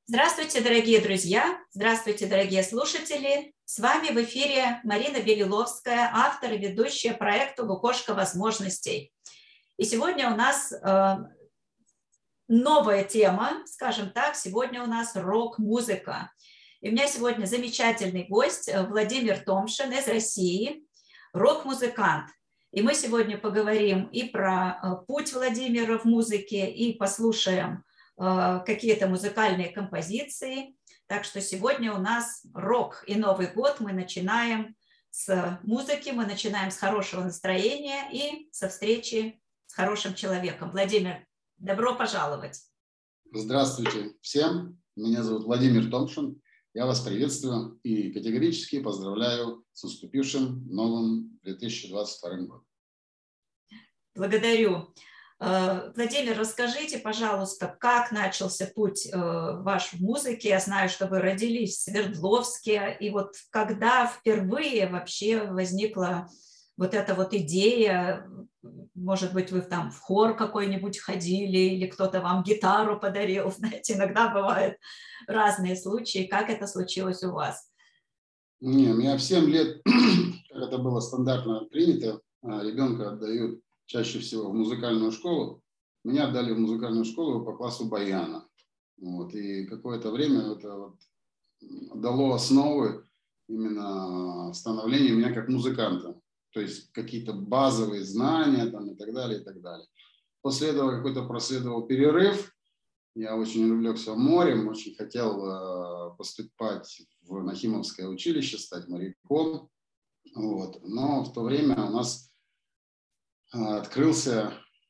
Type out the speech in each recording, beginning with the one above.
Здравствуйте, дорогие друзья! Здравствуйте, дорогие слушатели! С вами в эфире Марина Белиловская, автор и ведущая проекта «Лукошко возможностей». И сегодня у нас новая тема, скажем так, сегодня у нас рок-музыка. И у меня сегодня замечательный гость Владимир Томшин из России, рок-музыкант. И мы сегодня поговорим и про путь Владимира в музыке, и послушаем какие-то музыкальные композиции. Так что сегодня у нас рок и Новый год. Мы начинаем с музыки, мы начинаем с хорошего настроения и со встречи с хорошим человеком. Владимир, добро пожаловать. Здравствуйте всем. Меня зовут Владимир Томшин. Я вас приветствую и категорически поздравляю с наступившим новым 2022 годом. Благодарю. Владимир, расскажите, пожалуйста, как начался путь ваш в музыке? Я знаю, что вы родились в Свердловске, и вот когда впервые вообще возникла вот эта вот идея, может быть, вы там в хор какой-нибудь ходили, или кто-то вам гитару подарил, знаете, иногда бывают разные случаи. Как это случилось у вас? Не, у меня в 7 лет, как это было стандартно принято, ребенка отдают чаще всего в музыкальную школу. Меня отдали в музыкальную школу по классу баяна. Вот. И какое-то время это вот дало основы именно становления меня как музыканта. То есть какие-то базовые знания там, и так далее, и так далее. После этого какой-то проследовал перерыв. Я очень увлекся морем, очень хотел поступать в Нахимовское училище, стать моряком. Вот. Но в то время у нас открылся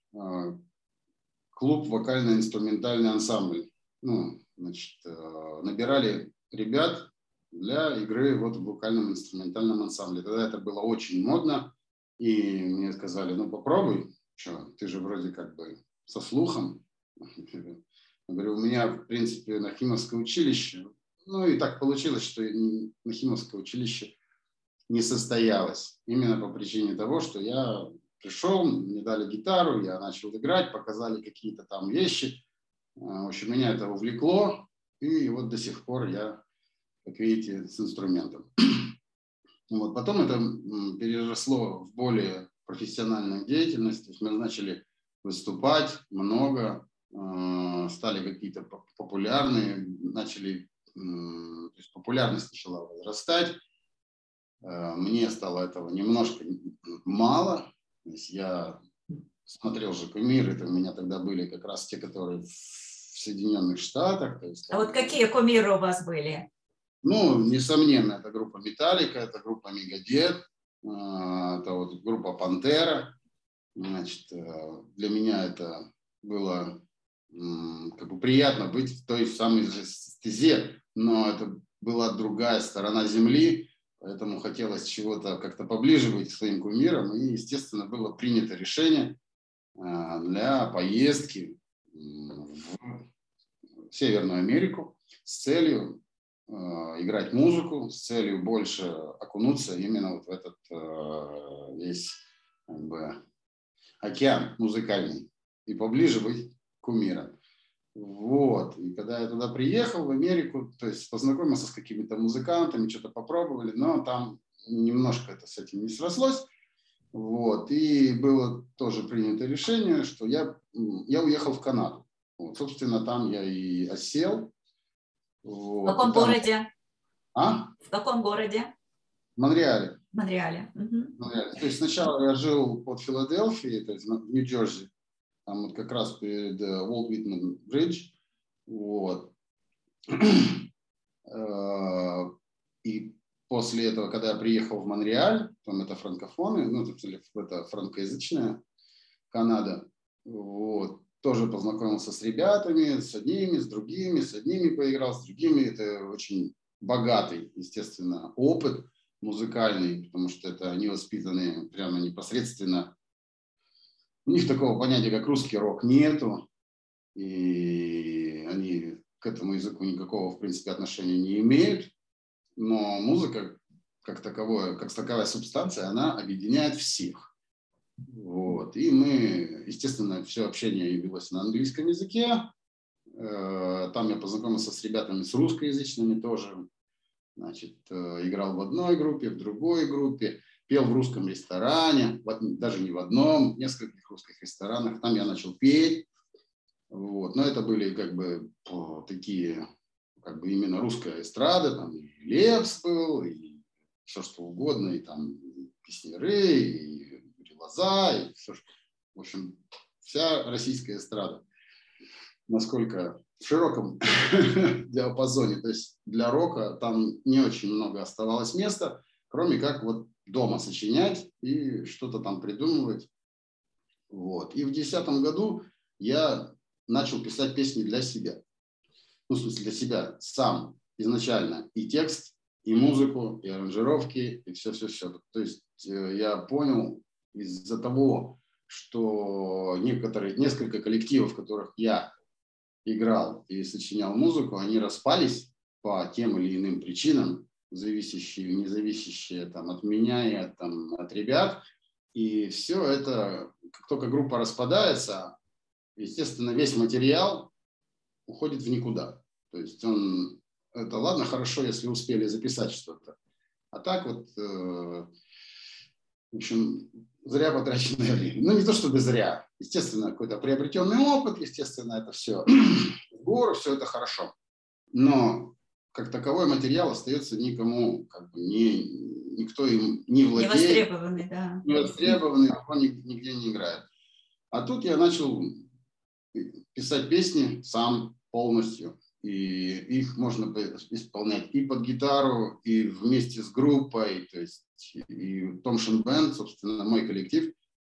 клуб «Вокально-инструментальный ансамбль». Ну, значит, набирали ребят для игры вот в вокальном инструментальном ансамбле. Тогда это было очень модно, и мне сказали, ну попробуй, что, ты же вроде как бы со слухом. Я говорю, у меня, в принципе, Нахимовское училище, ну и так получилось, что Нахимовское училище не состоялось, именно по причине того, что я пришел, мне дали гитару, я начал играть, показали какие-то там вещи. В общем, меня это увлекло, и вот до сих пор я, как видите, с инструментом. Вот. Потом это переросло в более профессиональную деятельность. То есть мы начали выступать много, стали какие-то популярные, начали, то есть популярность начала возрастать. Мне стало этого немножко мало. То есть я смотрел же кумиры, это у меня тогда были как раз те, которые в Соединенных Штатах. То есть, а вот какие кумиры у вас были? Ну, несомненно, это группа Металлика, это группа Мегадет, это вот группа Пантера. Значит, для меня это было как бы приятно быть в той самой же стезе, но это была другая сторона земли. Поэтому хотелось чего-то как-то поближе быть к своим кумирам. И, естественно, было принято решение для поездки в Северную Америку с целью играть музыку, с целью больше окунуться именно вот в этот весь как бы океан музыкальный и поближе быть к кумирам. Вот. И когда я туда приехал, в Америку, то есть познакомился с какими-то музыкантами, что-то попробовали, но там немножко это с этим не срослось. Вот. И было тоже принято решение, что я уехал в Канаду. Вот. Собственно, там я и осел. Вот. В каком городе? В каком городе? В Монреале. В Монреале. Монреале. То есть сначала я жил под Филадельфией, то есть в Нью-Джерси. Там вот как раз перед Уолт Уитмен Бридж. Вот. И после этого, когда я приехал в Монреаль, там это франкофоны, ну, это франкоязычная Канада, вот, тоже познакомился с ребятами, с одними, с другими, с одними поиграл, с другими. Это очень богатый, естественно, опыт музыкальный, потому что это они воспитаны прямо непосредственно. У них такого понятия, как русский рок, нету, и они к этому языку никакого, в принципе, отношения не имеют, но музыка, как таковая субстанция, она объединяет всех. Вот. И мы, естественно, все общение велось на английском языке, Там я познакомился с ребятами с русскоязычными тоже. Значит, играл в одной группе, в другой группе, пел в русском ресторане, даже не в одном, в нескольких русских ресторанах. Там я начал петь. Вот. Но это были как бы такие, как бы именно русская эстрада, там и Лепс был, и все что угодно, и там песняры, и Лоза, и все, что, в общем, вся российская эстрада. Насколько в широком диапазоне, то есть для рока там не очень много оставалось места, кроме как вот дома сочинять и что-то там придумывать. Вот. И в 2010 году я начал писать песни для себя. Ну, в смысле, для себя сам изначально и текст, и музыку, и аранжировки, и все-все-все. То есть я понял из-за того, что несколько коллективов, в которых я играл и сочинял музыку, они распались по тем или иным причинам, зависящие или не зависящие там, от меня и от ребят. И все это, как только группа распадается, естественно, весь материал уходит в никуда. То есть это ладно, хорошо, если успели записать что-то. А так вот, в общем, зря потраченное время. Ну, не то чтобы зря. Естественно, какой-то приобретенный опыт, естественно, это все в гору, все это хорошо. Но как таковой материал остается никому, как бы никто им не владеет. Невостребованный, да. Невостребованный, он нигде не играет. А тут я начал писать песни сам полностью. И их можно исполнять и под гитару, и вместе с группой. То есть и Томшин Бенд, собственно, мой коллектив,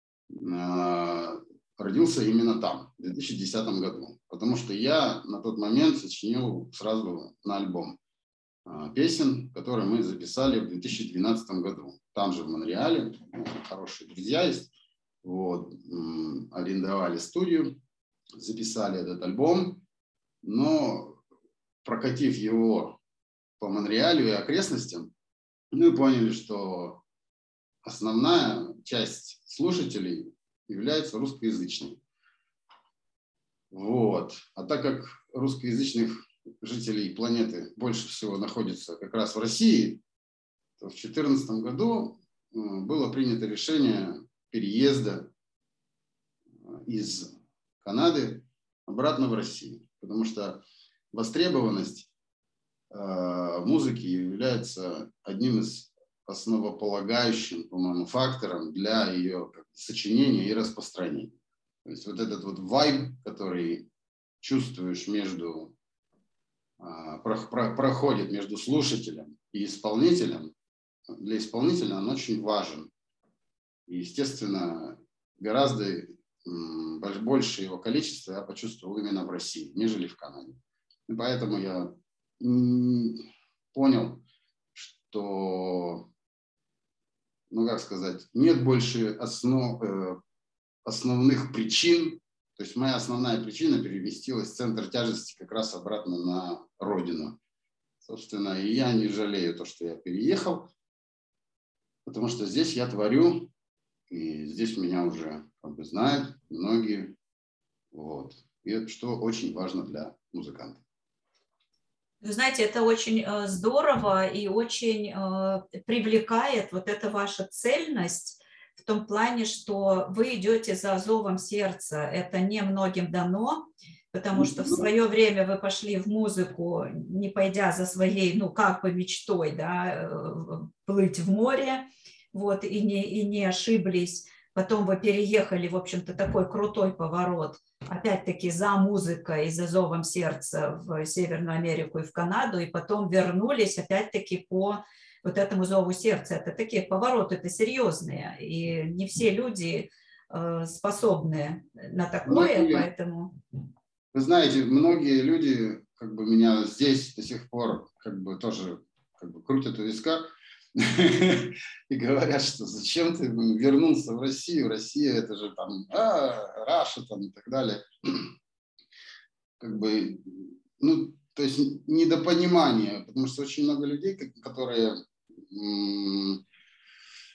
родился именно там, в 2010 году. Потому что я на тот момент сочинил сразу на альбом песен, которые мы записали в 2012 году. Там же в Монреале хорошие друзья есть. Вот, арендовали студию, записали этот альбом. Но прокатив его по Монреалю и окрестностям, мы поняли, что основная часть слушателей является русскоязычной. Вот. А так как русскоязычных жителей планеты больше всего находится как раз в России, то в 2014 году было принято решение переезда из Канады обратно в Россию. Потому что востребованность музыки является одним из основополагающим, по-моему, фактором для ее сочинения и распространения. То есть вот этот вот вайб, который чувствуешь проходит между слушателем и исполнителем, для исполнителя он очень важен. И, естественно, гораздо больше его количество я почувствовал именно в России, нежели в Канаде. И поэтому я понял, что, ну как сказать, нет больше основных причин. То есть моя основная причина переместилась в центр тяжести как раз обратно на родину. Собственно, и я не жалею то, что я переехал, потому что здесь я творю, и здесь меня уже как бы знают многие. Вот. И это что очень важно для музыканта. Вы знаете, это очень здорово и очень привлекает вот эта ваша цельность в том плане, что вы идете за зовом сердца. Это не многим дано, потому что в свое время вы пошли в музыку, не пойдя за своей, ну, как бы мечтой, да, плыть в море, вот, и не ошиблись. Потом вы переехали, в общем-то, такой крутой поворот, опять-таки за музыкой и за зовом сердца в Северную Америку и в Канаду, и потом вернулись опять-таки по вот этому зову сердца. Это такие повороты, это серьезные, и не все люди способны на такое, поэтому... Вы знаете, многие люди как бы меня здесь до сих пор как бы тоже как бы крутят у виска и говорят, что зачем ты вернулся в Россию? Россия это же там Раша там и так далее. Как бы, ну, то есть недопонимание, потому что очень много людей, которые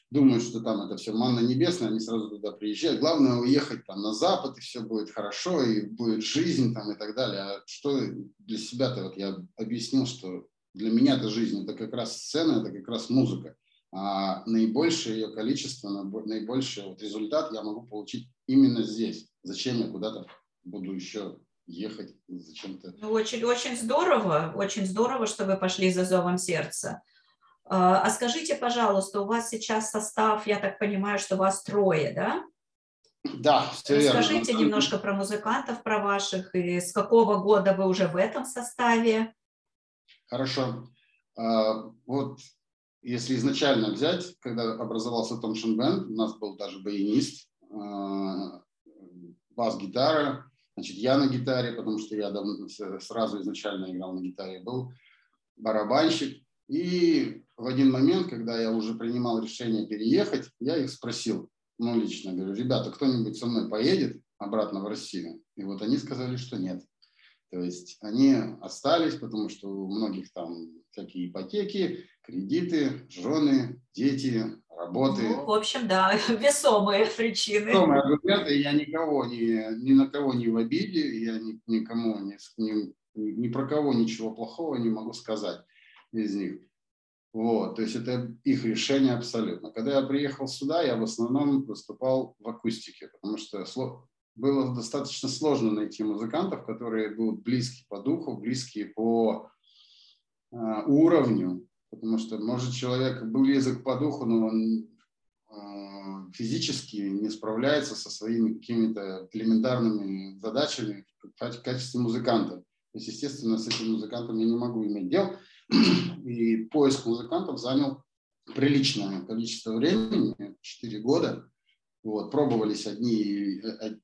думают, что там это все манна небесная, они сразу туда приезжают. Главное уехать там на Запад, и все будет хорошо, и будет жизнь там и так далее. А что для себя-то, вот я объяснил, что для меня-то жизнь это как раз сцена, это как раз музыка. А наибольшее ее количество, наибольший вот результат я могу получить именно здесь. Зачем я куда-то буду еще ехать зачем-то? Ну, очень здорово, что вы пошли за зовом сердца. А скажите, пожалуйста, у вас сейчас состав, я так понимаю, что вас 3, да? Да, все верно. Расскажите немножко про музыкантов, про ваших, и с какого года вы уже в этом составе? Хорошо. Вот если изначально взять, когда образовался Thompson Band, у нас был даже баянист, бас-гитара, значит, я на гитаре, потому что я сразу изначально играл на гитаре, был барабанщик. И в один момент, когда я уже принимал решение переехать, я их спросил, ну, лично, говорю, ребята, кто-нибудь со мной поедет обратно в Россию? И вот они сказали, что нет. То есть они остались, потому что у многих там всякие ипотеки, кредиты, жены, дети, работы. Ну, в общем, да, весомые причины. Весомые аргументы, я ни на кого не в обиде, я никому ни про кого ничего плохого не могу сказать из них. Вот, то есть это их решение абсолютно. Когда я приехал сюда, я в основном выступал в акустике, потому что было достаточно сложно найти музыкантов, которые будут близки по духу, близкие по уровню, потому что, может, человек близок по духу, но он физически не справляется со своими какими-то элементарными задачами в качестве музыканта. То есть, естественно, с этим музыкантом я не могу иметь дел. И поиск музыкантов занял приличное количество времени, 4 года. Вот, пробовались одни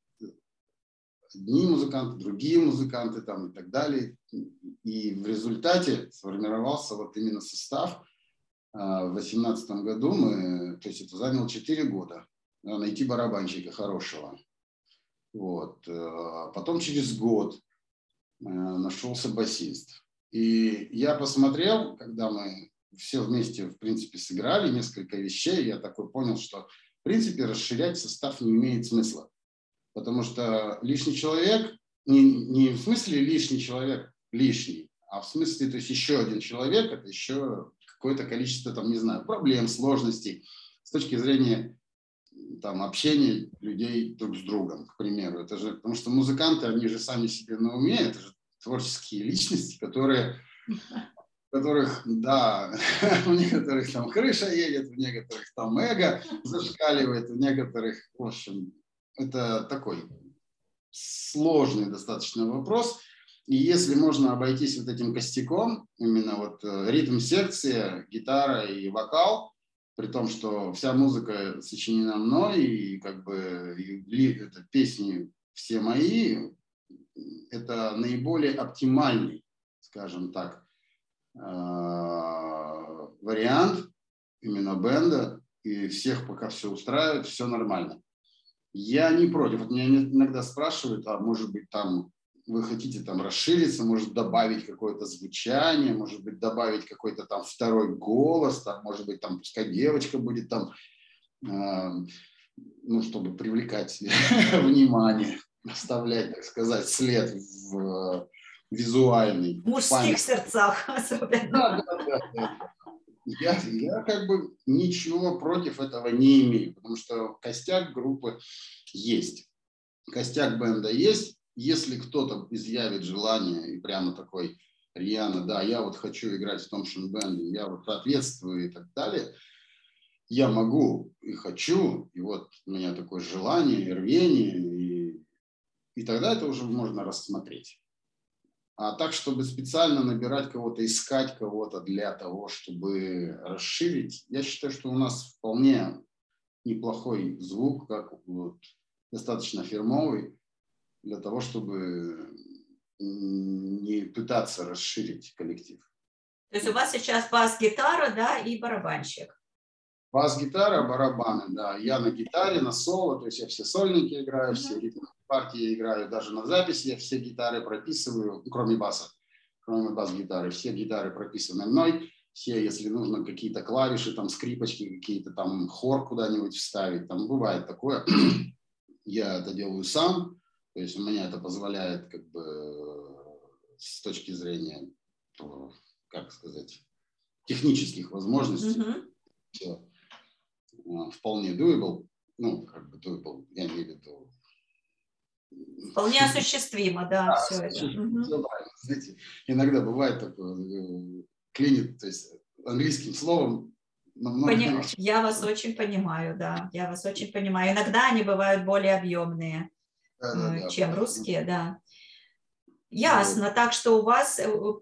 музыканты, другие музыканты там, и так далее. И в результате сформировался вот именно состав. В 2018 году то есть это заняло 4 года, найти барабанщика хорошего. Вот. Потом через год нашелся басист. И я посмотрел, когда мы все вместе, в принципе, сыграли несколько вещей, я такой понял, что, в принципе, расширять состав не имеет смысла. Потому что лишний человек, не в смысле лишний человек лишний, а в смысле, то есть еще один человек, это еще какое-то количество, там, не знаю, проблем, сложностей с точки зрения там, общения людей друг с другом, к примеру. Это же, потому что музыканты, они же сами себе на уме, это же творческие личности, которых, да, у некоторых там крыша едет, у некоторых там эго зашкаливает, у некоторых, в общем, это такой сложный достаточно вопрос. И если можно обойтись вот этим костяком, именно вот ритм-секция, гитара и вокал, при том, что вся музыка сочинена мной, и как бы это песни все мои, это наиболее оптимальный, скажем так, вариант именно бенда, и всех пока все устраивает, все нормально. Я не против. Вот меня иногда спрашивают, а может быть там вы хотите там расшириться, может добавить какое-то звучание, может быть добавить какой-то там второй голос, там, может быть там пускай девочка будет там, ну, чтобы привлекать внимание, оставлять, так сказать, след в визуальный. В мужских сердцах особенно. Да. Я как бы ничего против этого не имею, потому что костяк группы есть, костяк бенда есть. Если кто-то изъявит желание и прямо такой рьяно, да, я вот хочу играть в Thompson Band, я вот соответствую и так далее, я могу и хочу, и вот у меня такое желание и рвение, и тогда это уже можно рассмотреть. А так, чтобы специально набирать кого-то, искать кого-то для того, чтобы расширить, я считаю, что у нас вполне неплохой звук, как вот, достаточно фирмовый, для того, чтобы не пытаться расширить коллектив. То есть у вас сейчас бас-гитара, да, и барабанщик. Бас-гитара, барабаны, да. Я на гитаре, на соло, то есть я все сольники играю, все ритмы партии играю, даже на записи я все гитары прописываю, кроме баса, кроме бас-гитары. Все гитары прописаны мной, все, если нужно какие-то клавиши, там скрипочки какие-то, там хор куда-нибудь вставить, там бывает такое. Я это делаю сам, то есть у меня это позволяет как бы с точки зрения, как сказать, технических возможностей. Все вполне doable, ну, как бы doable, я имею в виду. Вполне осуществимо, да, все это. Все правильно. Знаете, иногда бывает такое, клинит, то есть английским словом намного легче. Я вас очень понимаю, да, я вас очень понимаю. Иногда они бывают более объемные, чем русские, да. Ясно, так что у вас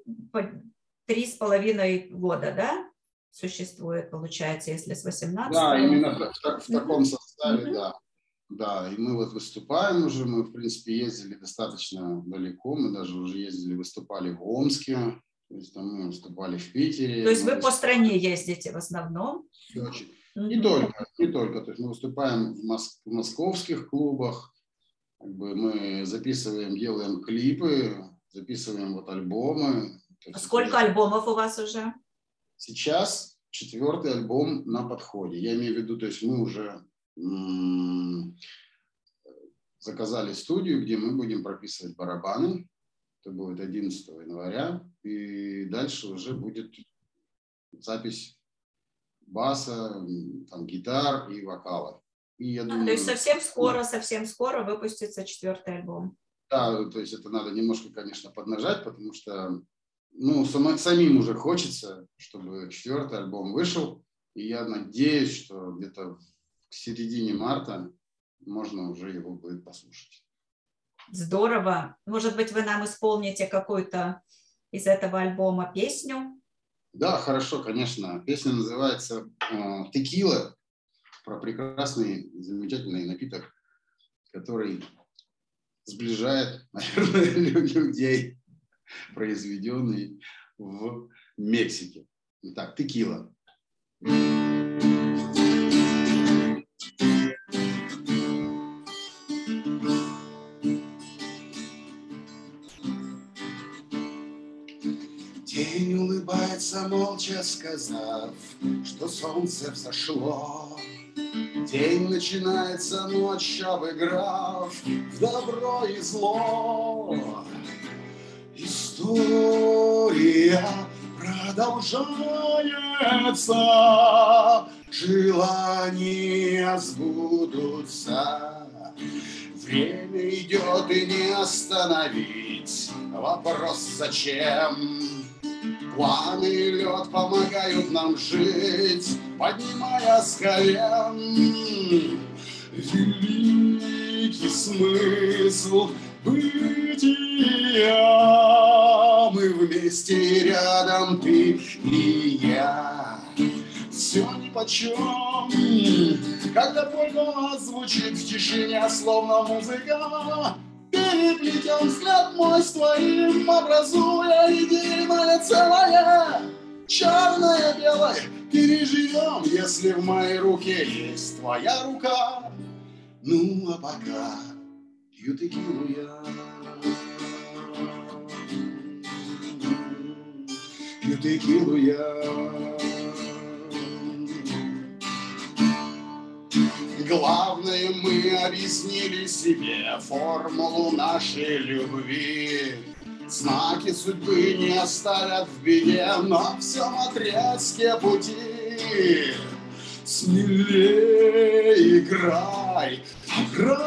3,5 года, да, существует, получается, если с 18-го? Да, именно в таком составе, да. Да, и мы вот выступаем уже, мы, в принципе, ездили достаточно далеко, мы даже уже ездили, выступали в Омске, то есть там мы выступали в Питере. То есть вы по стране ездите в основном? Не только, то есть мы выступаем в московских клубах, как бы мы записываем, делаем клипы, записываем вот альбомы. Сколько альбомов у вас уже? Сейчас 4-й альбом на подходе, я имею в виду, то есть мы уже заказали студию, где мы будем прописывать барабаны. Это будет 11 января. И дальше уже будет запись баса, там, гитар и вокала. И я думаю, то есть совсем скоро выпустится 4-й альбом. Да, то есть это надо немножко, конечно, поднажать, потому что самим уже хочется, чтобы 4-й альбом вышел. И я надеюсь, что где-то к середине марта можно уже его будет послушать. Здорово. Может быть, вы нам исполните какую-то из этого альбома песню? Да, хорошо, конечно. Песня называется «Текила», про прекрасный, замечательный напиток, который сближает, наверное, людей, произведенный в Мексике. Итак, «Текила». День улыбается, молча сказав, что солнце взошло. День начинается, ночь обыграв в добро и зло. История продолжается, желания сбудутся. Время идет и не остановить. Вопрос зачем? Планы и лед помогают нам жить, поднимая с колен. Великий смысл бытия. Мы вместе и рядом, ты и я. Все нипочем, когда твой голос звучит в тишине, словно музыка. Переплетем взгляд мой с твоим, образуя единое целое. Черное, белое переживем, если в моей руке есть твоя рука. Ну а пока пью текилу я, пью текилу я. Главное, мы объяснили себе формулу нашей любви. Знаки судьбы не оставят в беде на всем отрезке пути. Смелее играй по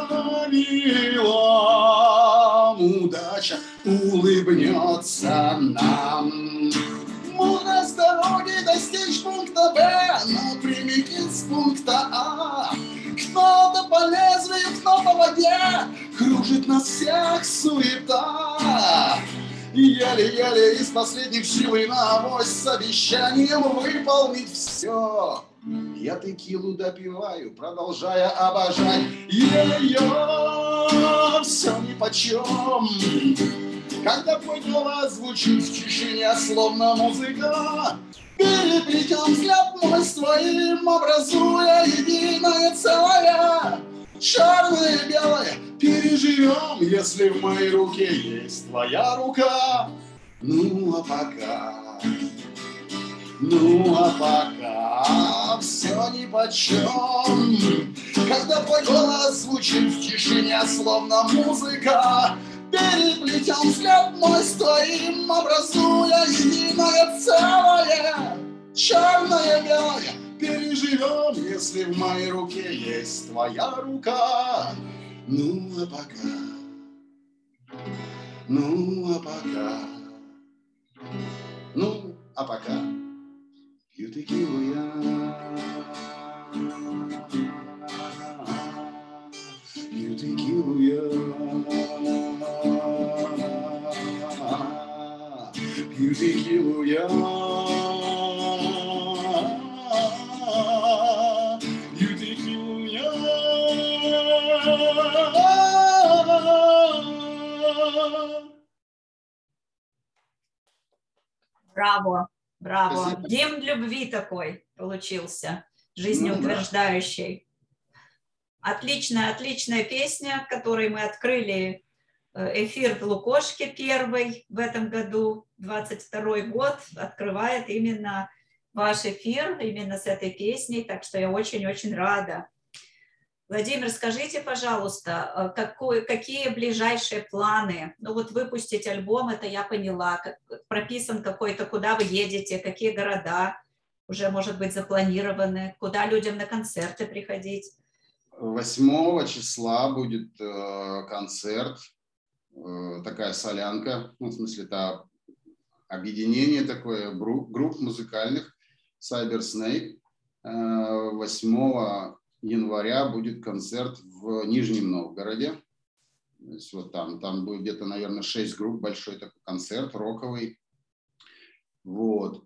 правилам, удача улыбнется нам. Мудрость дороги достичь пункта Б, но примите с пункта А. Кто-то по лезвию, кто по воде, кружит нас всех суета. Еле-еле из последних сил и на авось с обещанием выполнить все. Я текилу допиваю, продолжая обожать ее. Все нипочем, когда твой голос звучит в тишине, словно музыка. Переплетем взгляд мой с твоим, образуя единое целое. Черное и белое переживем, если в моей руке есть твоя рука. Ну а пока Ну а пока все нипочем, когда твой голос звучит в тишине, словно музыка, переплетен взгляд мой с твоим, образуя единое целое, черное-белое. Переживем, если в моей руке есть твоя рука. Ну а пока, ну а пока, ну а пока пью текилу я, пью текилу я, пью текилу я, пью текилу я. Браво, браво. Спасибо. Гимн любви такой получился, Ну, жизнеутверждающий. Отличная, отличная песня, которой мы открыли эфир в Лукошке первый в этом году, 22 год, открывает именно ваш эфир, именно с этой песней, так что я очень-очень рада. Владимир, скажите, пожалуйста, какие ближайшие планы? Ну вот выпустить альбом, это я поняла, прописан какой-то, куда вы едете, какие города уже, может быть, запланированы, куда людям на концерты приходить? 8 числа будет концерт, такая солянка, ну, в смысле, это объединение такое групп музыкальных, Cyber Snake. 8 января будет концерт в Нижнем Новгороде. То есть вот там будет где-то, наверное, 6 групп, большой такой концерт, роковый. Вот.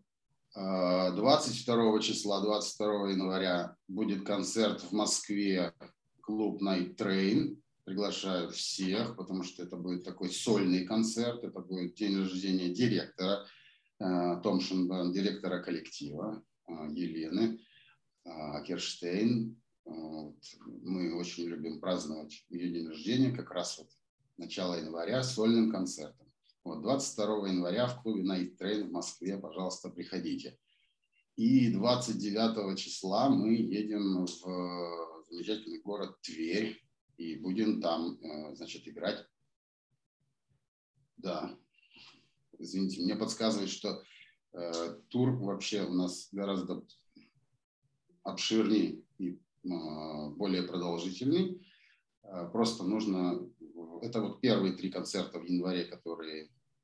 22 числа, 22 января будет концерт в Москве, клуб Night Train. Приглашаю всех, потому что это будет такой сольный концерт. Это будет день рождения директора Томшен, директора коллектива Елены Керштейн. Вот. Мы очень любим праздновать ее день рождения, как раз вот начало января сольным концертом. Вот, 22 января в клубе Night Train в Москве, пожалуйста, приходите. И 29 числа мы едем в замечательный город Тверь и будем там, значит, играть. Да, извините, мне подсказывает, что тур вообще у нас гораздо обширнее и более продолжительный. Просто нужно... Это вот первые 3 концерта в январе, которые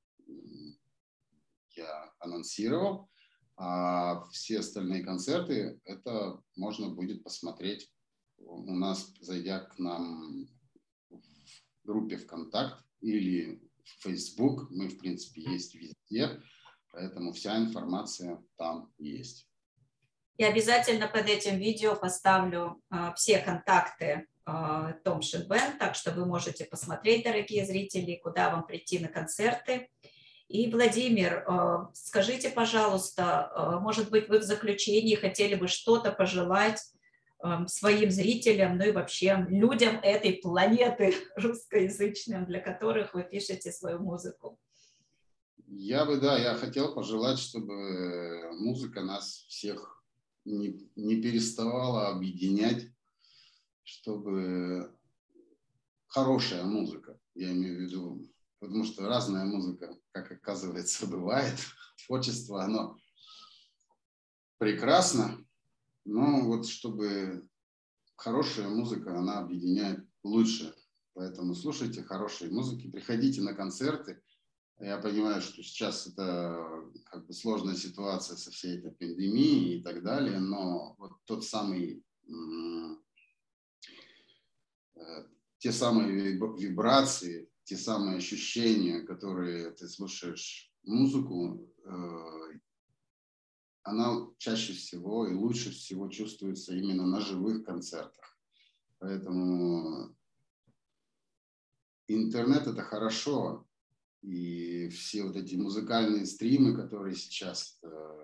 я анонсировал. А все остальные концерты, это можно будет посмотреть у нас, зайдя к нам в группе ВКонтакт или в Facebook. Мы, в принципе, есть везде, поэтому вся информация там есть. Я обязательно под этим видео поставлю все контакты Томшен Бэнд, так что вы можете посмотреть, дорогие зрители, куда вам прийти на концерты. И, Владимир, скажите, пожалуйста, может быть, вы в заключении хотели бы что-то пожелать своим зрителям, ну и вообще людям этой планеты русскоязычным, для которых вы пишете свою музыку? Я хотел пожелать, чтобы музыка нас всех не переставала объединять, чтобы хорошая музыка, я имею в виду, потому что разная музыка, как оказывается, бывает. Творчество, оно прекрасно, но вот чтобы хорошая музыка, она объединяет лучше. Поэтому слушайте хорошие музыки, приходите на концерты. Я понимаю, что сейчас это как бы сложная ситуация со всей этой пандемией и так далее, но вот те самые вибрации, те самые ощущения, которые ты слушаешь музыку, она чаще всего и лучше всего чувствуется именно на живых концертах. Поэтому интернет – это хорошо, и все вот эти музыкальные стримы, которые сейчас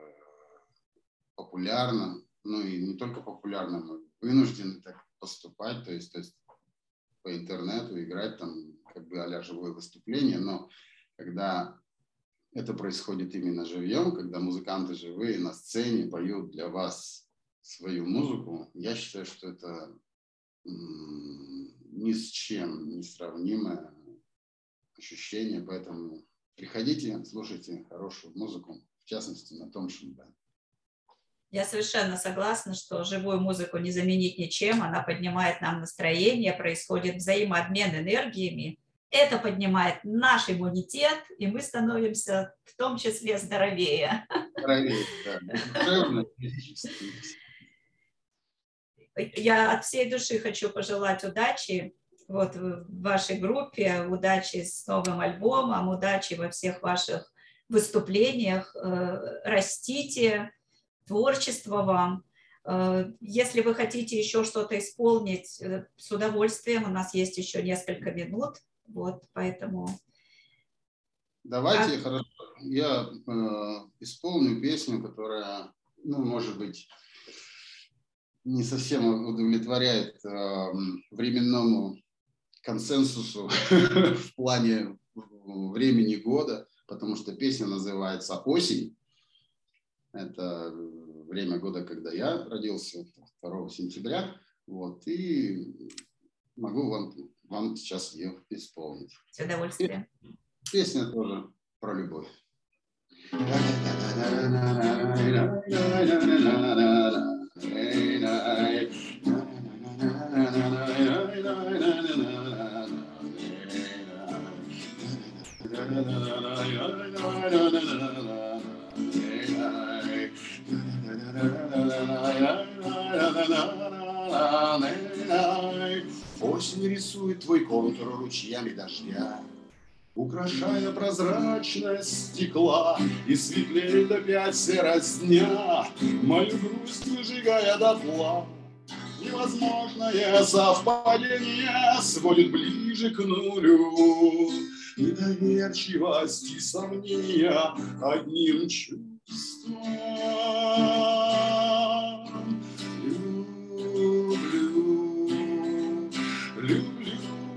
популярны, ну и не только популярны, мы вынуждены так поступать, то есть по интернету играть там как бы а-ля живое выступление, но когда это происходит именно живьем, когда музыканты живые на сцене поют для вас свою музыку. Я считаю, что это ни с чем не сравнимое ощущение, поэтому приходите, слушайте хорошую музыку, в частности на Томшин Бэнд. Я совершенно согласна, что живую музыку не заменить ничем, она поднимает нам настроение, происходит взаимообмен энергиями, это поднимает наш иммунитет, и мы становимся в том числе здоровее. Здоровее, да. Душевно, физически. Я от всей души хочу пожелать удачи вот в вашей группе, удачи с новым альбомом, удачи во всех ваших выступлениях, растите, творчество вам. Если вы хотите еще что-то исполнить, с удовольствием, у нас есть еще несколько минут, вот, поэтому... Давайте, хорошо, я исполню песню, которая, ну, может быть, не совсем удовлетворяет временному консенсусу в плане времени года, потому что песня называется «Осень». Это время года, когда я родился, 2 сентября. Вот, и могу вам сейчас ее исполнить. С удовольствием. Песня тоже про любовь. Осень рисует твой контур ручьями дождя, украшая прозрачность стекла, и светлеет опять серость дня, мою грусть выжигая дотла. Невозможное совпадение сводит ближе к нулю, недоверчивость и сомнения одним чувством. Люблю.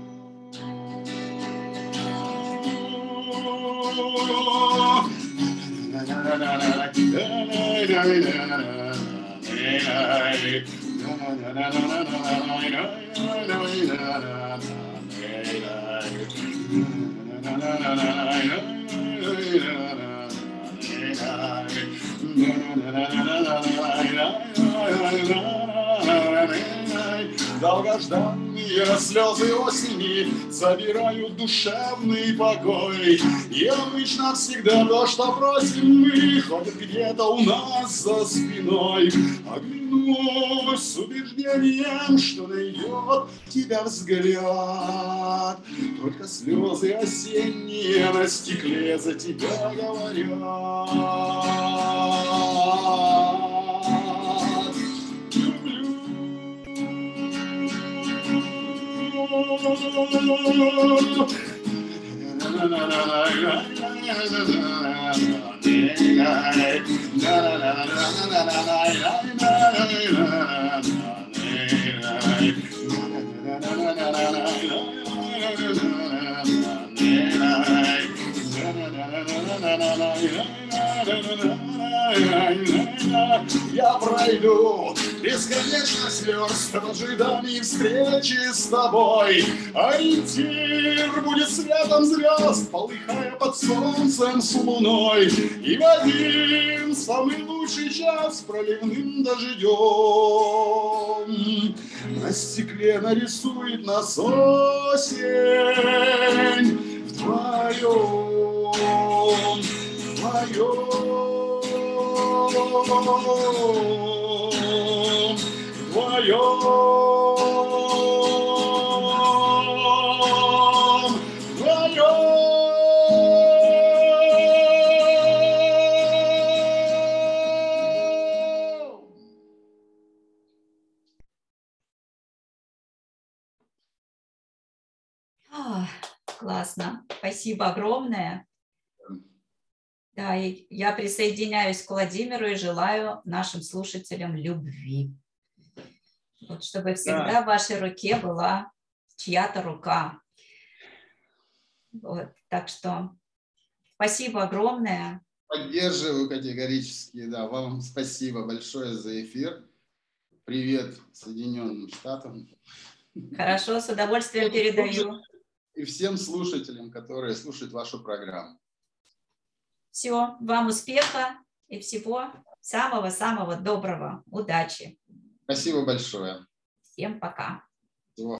Долгожданные слезы осени забирают душевный покой. И обычно всегда то, что просим мы, ходит где-то у нас за спиной. Оглянусь с убеждением, что найдет тебя взгляд. Только слезы осенние на стекле за тебя говорят. Я пройду бесконечность верст в ожидании встречи с тобой. Ориентир будет светом звезд, полыхая под солнцем с луной. И в один самый лучший час проливным дождем на стекле нарисует нас осень вдвоем, вдвоем. Классно. Спасибо огромное. Да, и я присоединяюсь к Владимиру и желаю нашим слушателям любви. Вот, чтобы всегда в вашей руке была чья-то рука. Вот, так что Спасибо огромное. Поддерживаю категорически, да. Вам спасибо большое за эфир. Привет Соединенным Штатам. Хорошо, с удовольствием передаю. И всем слушателям, которые слушают вашу программу. Все, вам успеха и всего самого-самого доброго. Удачи. Спасибо большое. Всем пока.